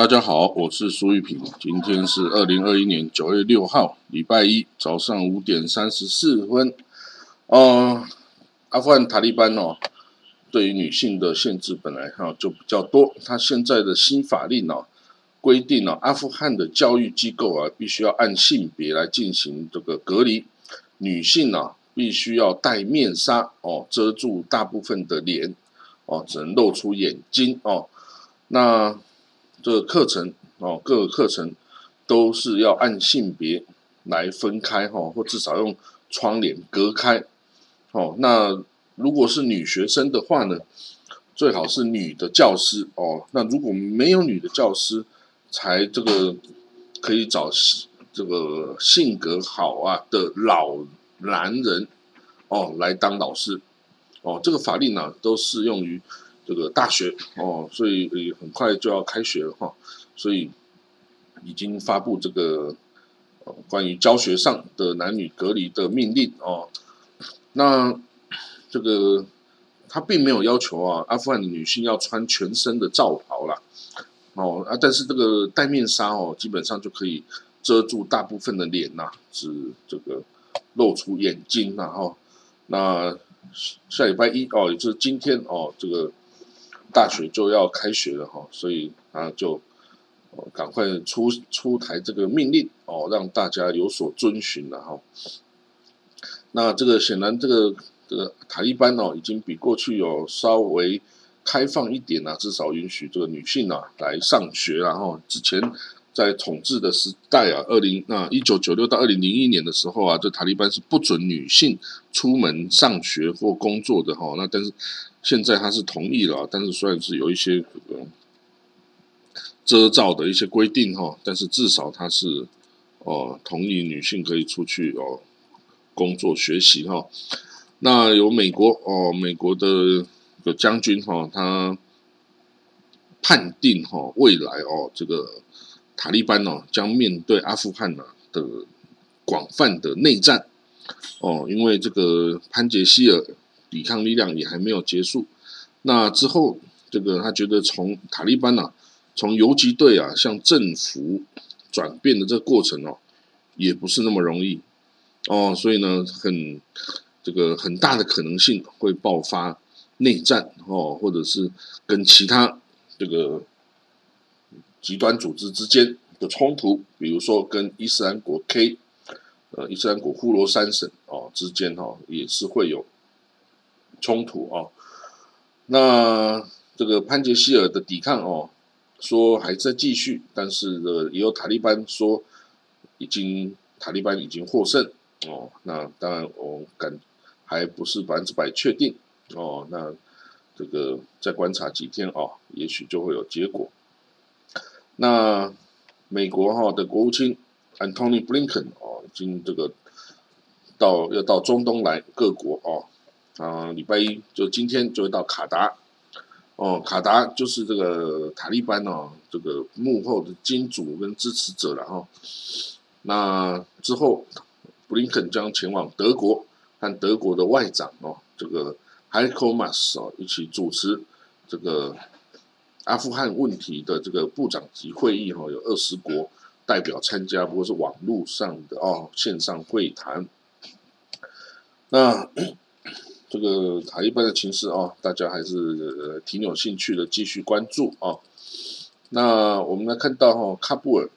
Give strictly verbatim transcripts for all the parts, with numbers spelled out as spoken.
大家好，我是苏玉平。今天是二零二一年九月六号，礼拜一早上五点三十四分。呃，阿富汗塔利班哦，对于女性的限制本来哈、哦、就比较多。他现在的新法令哦规定哦，阿富汗的教育机构啊，必须要按性别来进行这个隔离。女性啊，必须要戴面纱哦，遮住大部分的脸哦，只能露出眼睛哦。那这个课程哦，各个课程都是要按性别来分开哈、哦，或至少用窗帘隔开哦。那如果是女学生的话呢，最好是女的教师哦。那如果没有女的教师，才这个可以找这个性格好啊的老男人哦来当老师哦。这个法令呢、啊、都适用于这个大学哦，所以很快就要开学了哈、哦，所以已经发布这个、呃、关于教学上的男女隔离的命令哦。那这个他并没有要求啊，阿富汗的女性要穿全身的罩袍啦，哦啊，但是这个戴面纱哦，基本上就可以遮住大部分的脸呐、啊，只这个露出眼睛然后、哦、那下礼拜一哦，也就是今天哦，这个大学就要开学了哈、哦，所以啊就、哦、赶快出出台这个命令哦，让大家有所遵循了哈、哦。那这个显然这个这个塔利班哦，已经比过去有稍微开放一点啊，至少允许这个女性啊来上学然后、哦、之前在统治的时代啊，二零那一九九六到二零零一年的时候啊，这塔利班是不准女性出门上学或工作的哈、哦。那但是现在他是同意了，但是虽然是有一些、呃、遮罩的一些规定哈、哦，但是至少他是哦同意女性可以出去哦工作学习哈、哦。那有美国哦，美国的有将军哈、哦，他判定哈、哦、未来哦这个塔利班哦将面对阿富汗啊的广泛的内战哦，因为这个潘杰希尔抵抗力量也还没有结束。那之后，这个他觉得从塔利班啊，从游击队啊向政府转变的这个过程哦，也不是那么容易哦，所以呢，很这个很大的可能性会爆发内战哦，或者是跟其他这个极端组织之间的冲突，比如说跟伊斯兰国 K 呃伊斯兰国呼罗珊省哦之间哦也是会有冲突哦。那这个潘杰希尔的抵抗哦，说还在继续，但是呢，也有塔利班说已经塔利班已经获胜哦。那当然我感还不是百分之百确定哦。那这个再观察几天哦，也许就会有结果。那美国哈、哦、的国务卿 Antony Blinken 哦，已经这个到要到中东来各国哦。啊，礼拜一就今天就会到卡达，哦，卡达就是这个塔利班哦，这个幕后的金主跟支持者了哈、哦。那之后，布林肯将前往德国和德国的外长哦，这个 Heiko Maas 哦一起主持这个阿富汗问题的这个部长级会议哈、哦，有二十国代表参加，不过是网络上的哦线上会谈。那这个塔利班的情势哦，大家还是、呃、挺有兴趣的，继续关注哦。那我们来看到哈、哦，喀布尔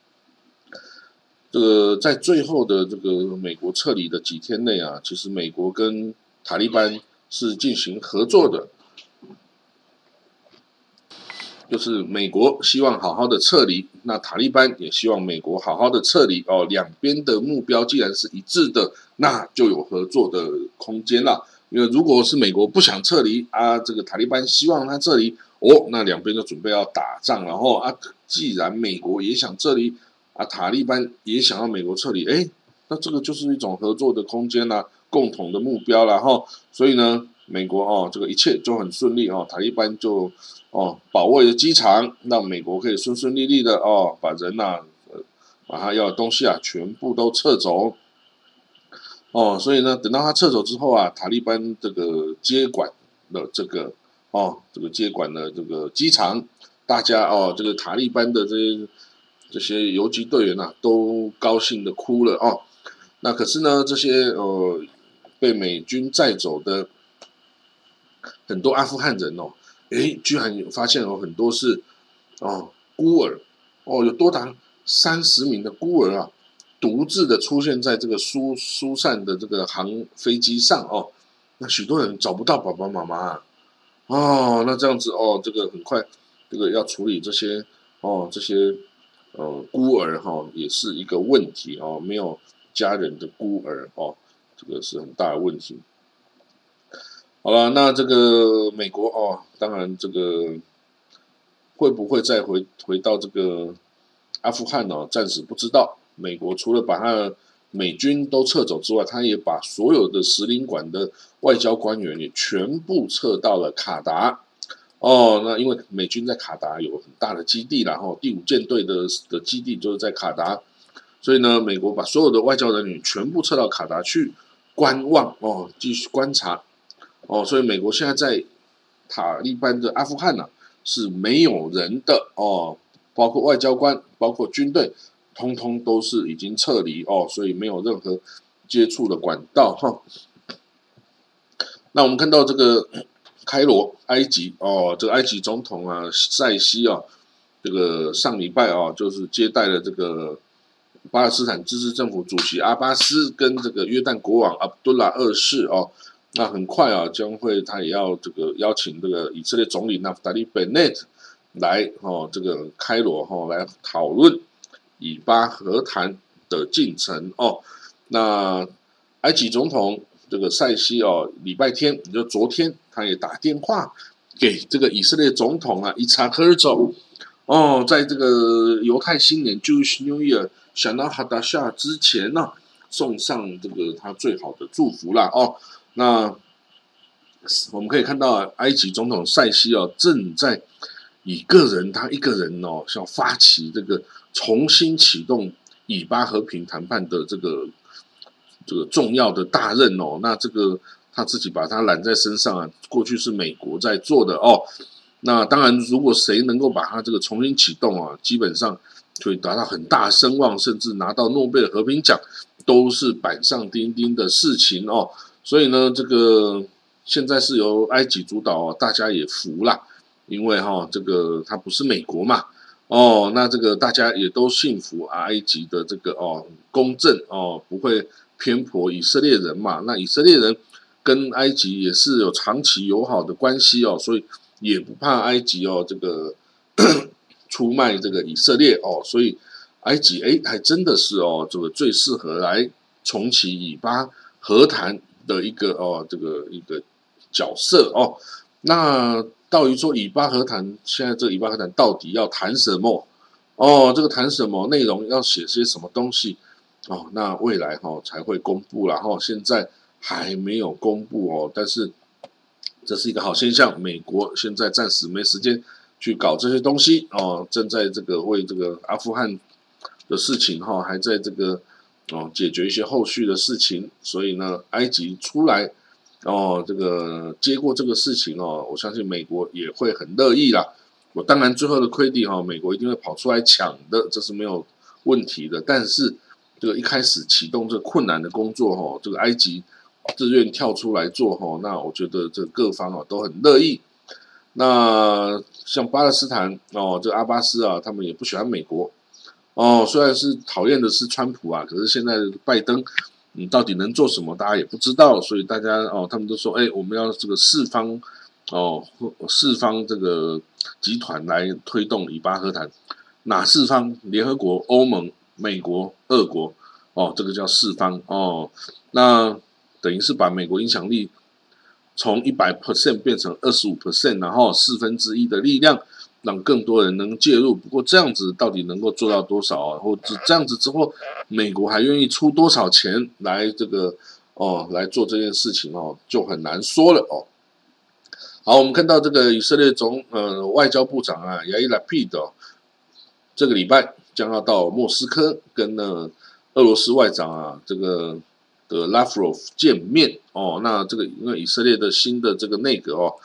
这个在最后的这个美国撤离的几天内啊，其实美国跟塔利班是进行合作的，就是美国希望好好的撤离，那塔利班也希望美国好好的撤离哦。两边的目标既然是一致的，那就有合作的空间了。因为如果是美国不想撤离啊，这个塔利班希望他撤离哦，那两边就准备要打仗，然后啊，既然美国也想撤离啊，塔利班也想要美国撤离，哎，那这个就是一种合作的空间啦、啊，共同的目标啦哈。所以呢，美国哦，这个一切就很顺利哦，塔利班就哦保卫了机场，让美国可以顺顺利利的哦把人呐、啊呃，把他要的东西啊全部都撤走。哦，所以呢，等到他撤走之后啊，塔利班这个接管了这个哦，这个接管了这个机场， 大家哦，这个塔利班的这些这些游击队员啊，都高兴的哭了哦。那可是呢，这些呃被美军载走的很多阿富汗人哦，诶，居然有发现有很多是哦孤儿哦，有多达三十名的孤儿啊，独自的出现在这个疏疏散的这个航飞机上哦。那许多人找不到爸爸妈妈啊，哦，那这样子哦，这个很快，这个要处理这些哦这些呃孤儿哈、哦，也是一个问题哦，没有家人的孤儿哦，这个是很大的问题。好了，那这个美国哦，当然这个会不会再回回到这个阿富汗哦，暂时不知道。美国除了把他的美军都撤走之外，他也把所有的使领馆的外交官员也全部撤到了卡达。哦，那因为美军在卡达有很大的基地啦，然后第五舰队的的基地就是在卡达，所以呢，美国把所有的外交人员全部撤到卡达去观望哦，继续观察哦，所以美国现在在塔利班的阿富汗呢、啊、是没有人的哦，包括外交官，包括军队，通通都是已经撤离哦，所以没有任何接触的管道哈、哦。那我们看到这个开罗，埃及哦，这个埃及总统啊塞西啊，这个上礼拜啊，就是接待了这个巴勒斯坦自治政府主席阿巴斯跟这个约旦国王阿卜杜拉二世哦。那很快啊，将会他也要这个邀请这个以色列总理纳夫达利·贝内特来哦，这个开罗哦来讨论以巴和谈的进程哦。那埃及总统这个塞西哦，礼拜天也就昨天，他也打电话给这个以色列总统啊伊查克尔总哦，在这个犹太新年 Jewish New Year 想到哈达夏之前呢、啊，送上这个他最好的祝福啦哦。那我们可以看到、啊，埃及总统塞西哦，正在以个人他一个人哦，想发起这个重新启动以巴和平谈判的这个这个重要的大任哦。那这个他自己把他揽在身上啊，过去是美国在做的哦。那当然，如果谁能够把他这个重新启动啊，基本上可以达到很大声望，甚至拿到诺贝尔和平奖，都是板上钉钉的事情哦。所以呢，这个现在是由埃及主导哦，大家也服啦，因为哈、哦，这个他不是美国嘛，哦，那这个大家也都信服埃及的这个哦公正哦，不会偏颇以色列人嘛。那以色列人跟埃及也是有长期友好的关系哦，所以也不怕埃及哦这个出卖这个以色列哦，所以埃及哎还真的是哦这个最适合来重启以巴和谈的一个哦这个一个角色哦。那到于说以巴和谈，现在这个以巴和谈到底要谈什么哦？这个谈什么内容，要写些什么东西哦？那未来哈、哦、才会公布啦哈、哦，现在还没有公布哦。但是这是一个好现象，美国现在暂时没时间去搞这些东西哦，正在这个为这个阿富汗的事情哈、哦，还在这个哦解决一些后续的事情，所以呢，埃及出来。哦，这个接过这个事情哦，我相信美国也会很乐意啦。我当然最后的 credit 哈、哦，美国一定会跑出来抢的，这是没有问题的。但是这个一开始启动这个困难的工作哈、哦，这个埃及自愿跳出来做哈、哦，那我觉得这各方啊都很乐意。那像巴勒斯坦哦，这个阿巴斯啊，他们也不喜欢美国哦，虽然是讨厌的是川普啊，可是现在拜登。你到底能做什么？大家也不知道，所以大家哦，他们都说，哎，我们要这个四方哦，四方这个集团来推动以巴和谈。哪四方？联合国、欧盟、美国、俄国哦，这个叫四方哦。那等于是把美国影响力从一百 percent 变成二十五 percent， 然后四分之一的力量。让更多人能介入，不过这样子到底能够做到多少啊？或者这样子之后，美国还愿意出多少钱来这个哦来做这件事情哦，就很难说了哦。好，我们看到这个以色列总呃外交部长啊亚伊拉皮的、哦、这个礼拜将要到莫斯科跟呢俄罗斯外长啊这个的拉夫罗夫见面哦。那这个因为以色列的新的这个内阁哦。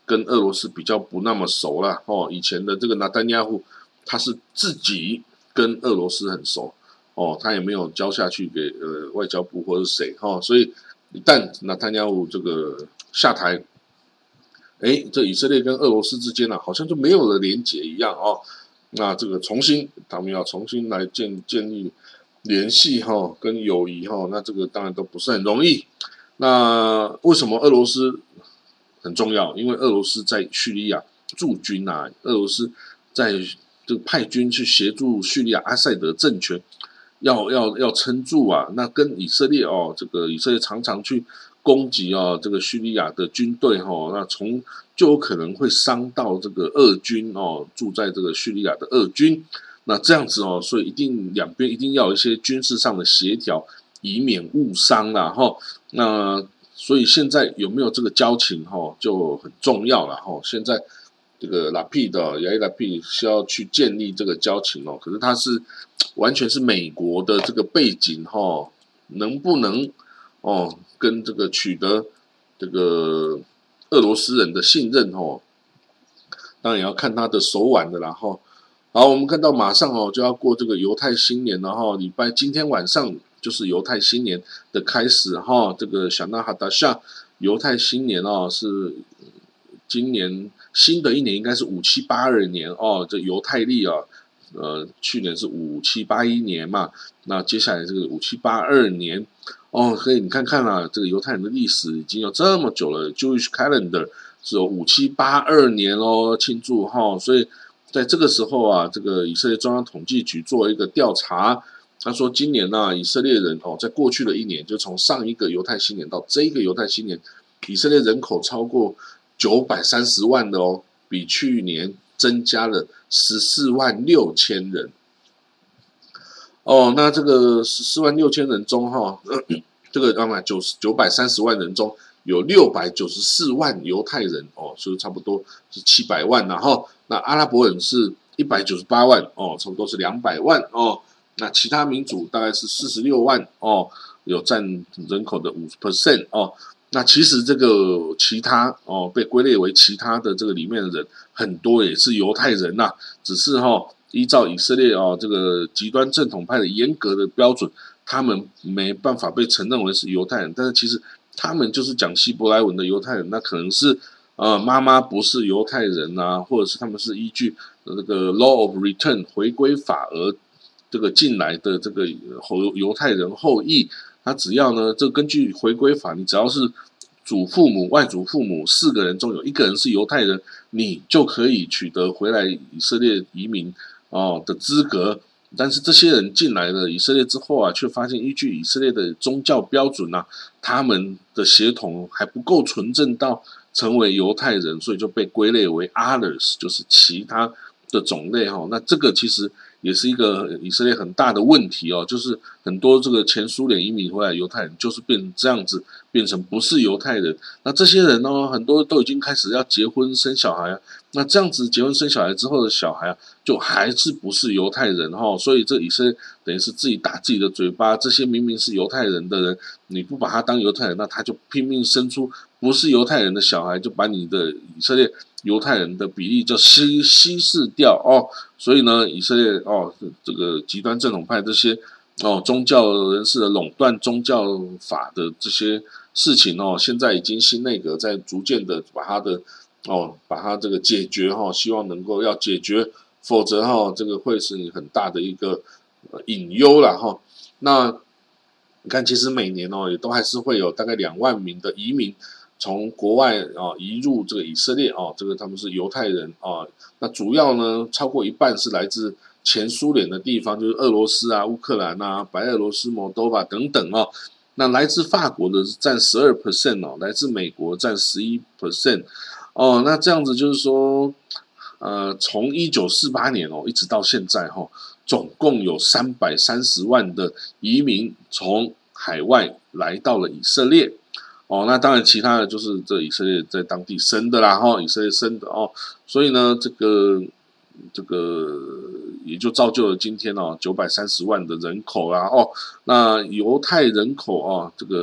跟俄罗斯比较不那么熟了哦。以前的这个纳坦雅胡，他是自己跟俄罗斯很熟哦，他也没有交下去给呃外交部或者谁哈、哦，所以一旦纳坦雅胡这个下台，哎，这以色列跟俄罗斯之间呢、啊，好像就没有了连结一样哦。那这个重新，他们要重新来建建立联系哈、哦，跟友谊哈、哦，那这个当然都不是很容易。那为什么俄罗斯很重要？因为俄罗斯在叙利亚驻军啊，俄罗斯在这个派军去协助叙利亚阿塞德政权，要要要撑住啊。那跟以色列哦，这个以色列常常去攻击哦，这个叙利亚的军队哦，那从就有可能会伤到这个俄军哦，住在这个叙利亚的俄军。那这样子哦，所以一定两边一定要有一些军事上的协调，以免误伤啦哈。那所以现在有没有这个交情哈，就很重要了哈。现在这个拉皮的亚伊拉皮是要去建立这个交情哦，可是他是完全是美国的这个背景哈，能不能哦跟这个取得这个俄罗斯人的信任哦，当然也要看他的手腕的啦哈。好，我们看到马上哦就要过这个犹太新年了哈，礼拜今天晚上就是犹太新年的开始哈。这个小纳哈达夏犹太新年哦是今年新的一年应该是五七八二年哦，这犹太历啊，呃去年是五七八一年嘛，那接下来这个五七八二年哦，所以你看看啊，这个犹太人的历史已经有这么久了 ，Jewish calendar 是有五七八二年哦庆祝哈，所以。在这个时候啊，这个以色列中央统计局做一个调查，他说今年呢、啊，以色列人哦，在过去的一年，就从上一个犹太新年到这一个犹太新年，以色列人口超过九百三十万的哦，比去年增加了十四万六千人。哦，那这个十四万六千人中哈、哦，这个刚才九九百三十万人中。有六百九十四万犹太人哦，所以差不多是七百万，然后那阿拉伯人是一百九十八万哦，差不多是两百万哦。那其他民族大概是四十六万哦，有占人口的 百分之五 哦。那其实这个其他哦被归类为其他的这个里面的人很多也是犹太人呐、啊，只是哈、哦、依照以色列哦这个极端正统派的严格的标准，他们没办法被承认为是犹太人，但是其实。他们就是讲希伯来文的犹太人，那可能是呃妈妈不是犹太人啊，或者是他们是依据这个 Law of Return 回归法而这个进来的这个犹太人后裔，他只要呢，这根据回归法，你只要是祖父母、外祖父母四个人中有一个人是犹太人，你就可以取得回来以色列移民哦的资格。但是这些人进来了以色列之后啊，却发现依据以色列的宗教标准啊，他们的血统还不够纯正到成为犹太人，所以就被归类为 others， 就是其他的种类哈。那这个其实也是一个以色列很大的问题哦，就是很多这个前苏联移民回来犹太人，就是变成这样子，变成不是犹太人。那这些人呢，很多都已经开始要结婚生小孩啊。那这样子结婚生小孩之后的小孩啊，就还是不是犹太人哈、哦，所以这以色列等于是自己打自己的嘴巴。这些明明是犹太人的人，你不把他当犹太人，那他就拼命生出不是犹太人的小孩，就把你的以色列犹太人的比例就稀稀释掉哦。所以呢，以色列哦，这个极端正统派这些哦宗教人士的垄断宗教法的这些事情哦，现在已经新内阁在逐渐的把他的。哦，把它这个解决哈、哦，希望能够要解决，否则哈、哦，这个会是你很大的一个、呃、隐忧啦哈、哦。那你看，其实每年哦，也都还是会有大概两万名的移民从国外啊、哦、移入这个以色列哦，这个他们是犹太人啊、哦。那主要呢，超过一半是来自前苏联的地方，就是俄罗斯啊、乌克兰啊、白俄罗斯、摩多瓦等等哦。那来自法国的占 百分之十二 哦，来自美国占 百分之十一。哦，那这样子就是说，呃，从一九四八年哦，一直到现在哈、哦，总共有三百三十万的移民从海外来到了以色列。哦，那当然其他的就是这以色列在当地生的啦，哈、哦，以色列生的哦，所以呢，这个这个也就造就了今天哦九百三十万的人口啦，哦，那犹太人口哦，这个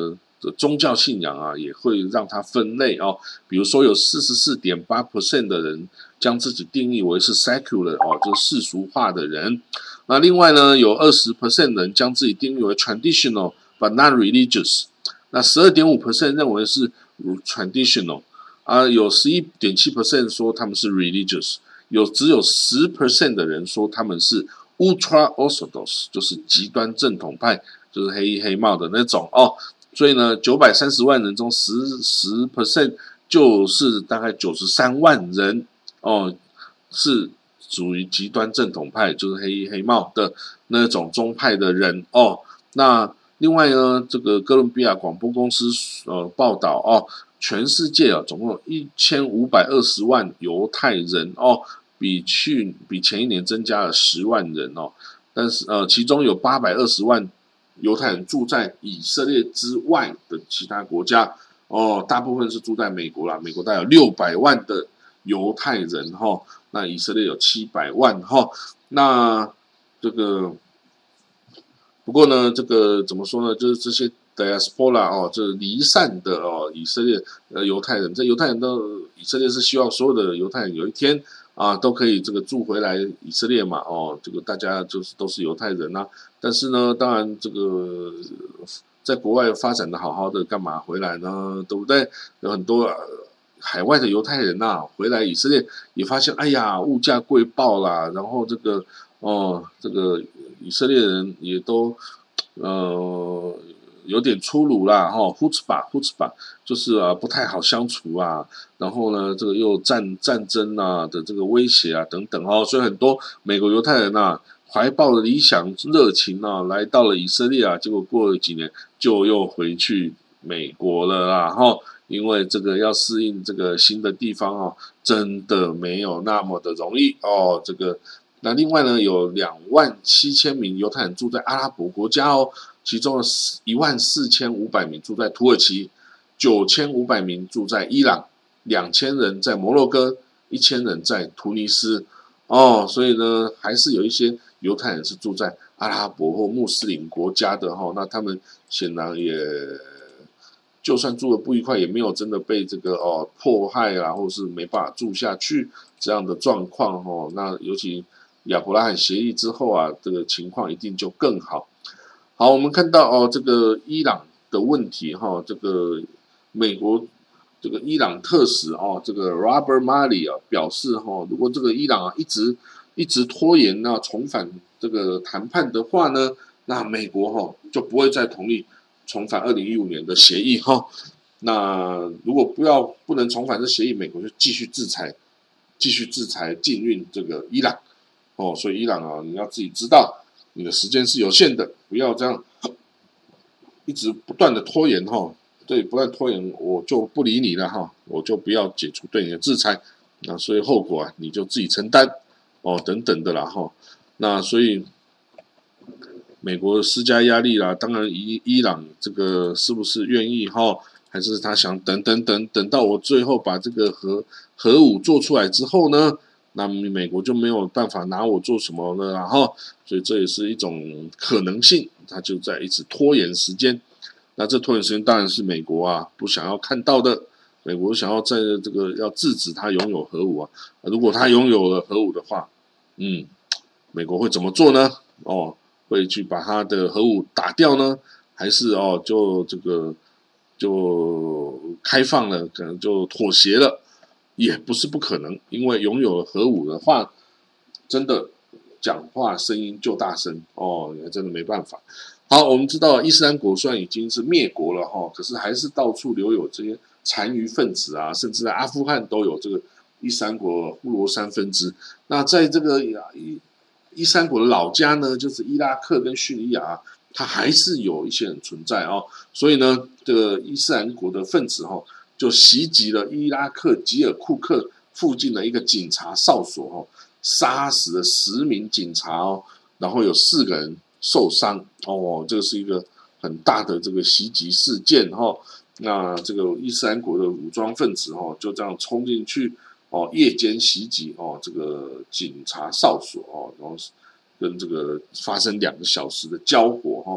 宗教信仰啊，也会让它分类哦。比如说有 百分之四十四点八 的人将自己定义为是 secular 哦，就是世俗化的人。那另外呢，有 百分之二十 人将自己定义为 traditional but not religious。那 百分之十二点五 认为是 traditional 啊，有 百分之十一点七 说他们是 religious， 有只有 百分之十 的人说他们是 ultra orthodox， 就是极端正统派，就是黑衣黑帽的那种哦。所以呢，九百三十万人中 百分之十 就是大概九十三万人哦，是属于极端正统派，就是黑衣黑帽的那种宗派的人哦。那另外呢，这个哥伦比亚广播公司呃报道哦，全世界啊总共有一千五百二十万犹太人哦，比去比前一年增加了十万人哦。但是呃，其中有八百二十万犹太人住在以色列之外的其他国家哦，大部分是住在美国啦，美国大概有六百万的犹太人哈、哦，那以色列有七百万哈、哦，那这个不过呢，这个怎么说呢？就是这些 diaspora 哦，这离散的哦，以色列呃犹太人，这犹太人都以色列是希望所有的犹太人有一天啊都可以这个住回来以色列嘛哦，这个大家就是都是犹太人啊。但是呢，当然这个在国外发展的好好的，干嘛回来呢？对不对？有很多、呃、海外的犹太人呐、啊，回来以色列也发现，哎呀，物价贵爆啦，然后这个哦，这个以色列人也都呃有点粗鲁啦，哈、哦，胡兹巴胡兹巴就是啊不太好相处啊，然后呢，这个又战战争啊的这个威胁啊等等哦，所以很多美国犹太人啊。怀抱了理想热情啊，来到了以色列啊，结果过了几年就又回去美国了啦，哈，因为这个要适应这个新的地方哦，真的没有那么的容易哦。这个那另外呢，有两万七千名犹太人住在阿拉伯国家哦，其中一万四千五百名住在土耳其，九千五百名住在伊朗，两千人在摩洛哥，一千人在突尼斯哦，所以呢，还是有一些犹太人是住在阿拉伯或穆斯林国家的哈、哦，那他们显然也就算住的不愉快，也没有真的被这个哦迫害啊，或是没办法住下去这样的状况哦。那尤其亚伯拉罕协议之后啊，这个情况一定就更好。好，我们看到哦，这个伊朗的问题哈、哦，这个美国这个伊朗特使哦，这个 Robert Malley 啊表示哈、哦，如果这个伊朗啊一直一直拖延那、啊、重返这个谈判的话呢，那美国哈、哦、就不会再同意重返二零一五年的协议哈、哦。那如果不要不能重返这协议，美国就继续制裁，继续制裁禁运这个伊朗哦。所以伊朗啊，你要自己知道，你的时间是有限的，不要这样一直不断的拖延哈。对，不断拖延，我就不理你了哈，我就不要解除对你的制裁，那所以后果啊，你就自己承担哦，等等的啦哈。那所以美国施加压力啦，当然伊伊朗这个是不是愿意哈，还是他想等等等等到我最后把这个核核武做出来之后呢，那美国就没有办法拿我做什么了啦哈。所以这也是一种可能性，他就在一直拖延时间。那这拖延时间当然是美国啊不想要看到的，美国想要在这个要制止他拥有核武啊，如果他拥有了核武的话，嗯，美国会怎么做呢？哦，会去把他的核武打掉呢，还是哦就这个就开放了，可能就妥协了，也不是不可能，因为拥有了核武的话，真的讲话声音就大声哦，你还真的没办法。好，我们知道伊斯兰国虽然已经是灭国了哈，可是还是到处留有这些残余分子啊，甚至在阿富汗都有这个伊斯兰国呼罗珊分支。那在这个伊伊斯兰国的老家呢，就是伊拉克跟叙利亚，它还是有一些人存在哦。所以呢，这个伊斯兰国的分子哈，就袭击了伊拉克吉尔库克附近的一个警察哨所哦，杀死了十名警察哦，然后有四个人受伤哦，这个是一个很大的这个袭击事件哈、哦。那这个伊斯兰国的武装分子哦，就这样冲进去哦，夜间袭击哦这个警察哨所哦，然后跟这个发生两个小时的交火哦。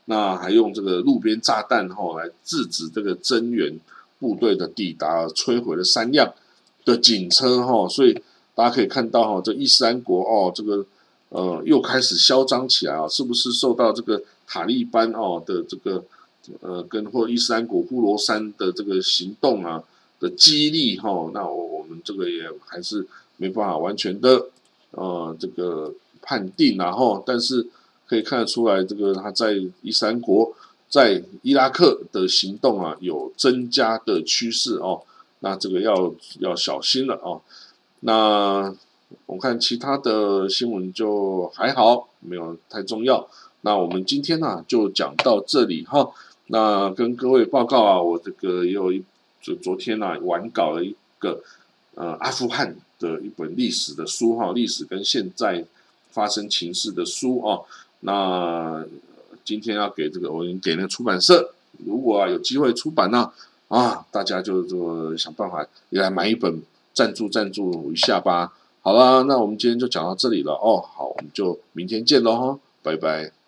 那还用这个路边炸弹哈来制止这个增援部队的抵达，摧毁了三辆的警车哈，所以大家可以看到哈，这伊斯兰国哦，这个呃又开始嚣张起来啊，是不是受到这个塔利班哦的这个呃跟或伊斯兰国呼罗珊的这个行动啊的激励哈？那我们这个也还是没办法完全的呃这个判定然后，但是可以看得出来，这个他在伊斯兰国在伊拉克的行动啊有增加的趋势哦，那这个要要小心了哦。那我看其他的新闻就还好，没有太重要。那我们今天呢、啊、就讲到这里哈。那跟各位报告啊，我这个也有一就昨天啊完稿了一个呃阿富汗的一本历史的书哈，历史跟现在发生情势的书哦。那今天要给这个我已经给那个出版社，如果啊有机会出版呢 啊, 啊，大家就就想办法也来买一本。赞助赞助一下吧。好啦，那我们今天就讲到这里了哦。好，我们就明天见喽，拜拜。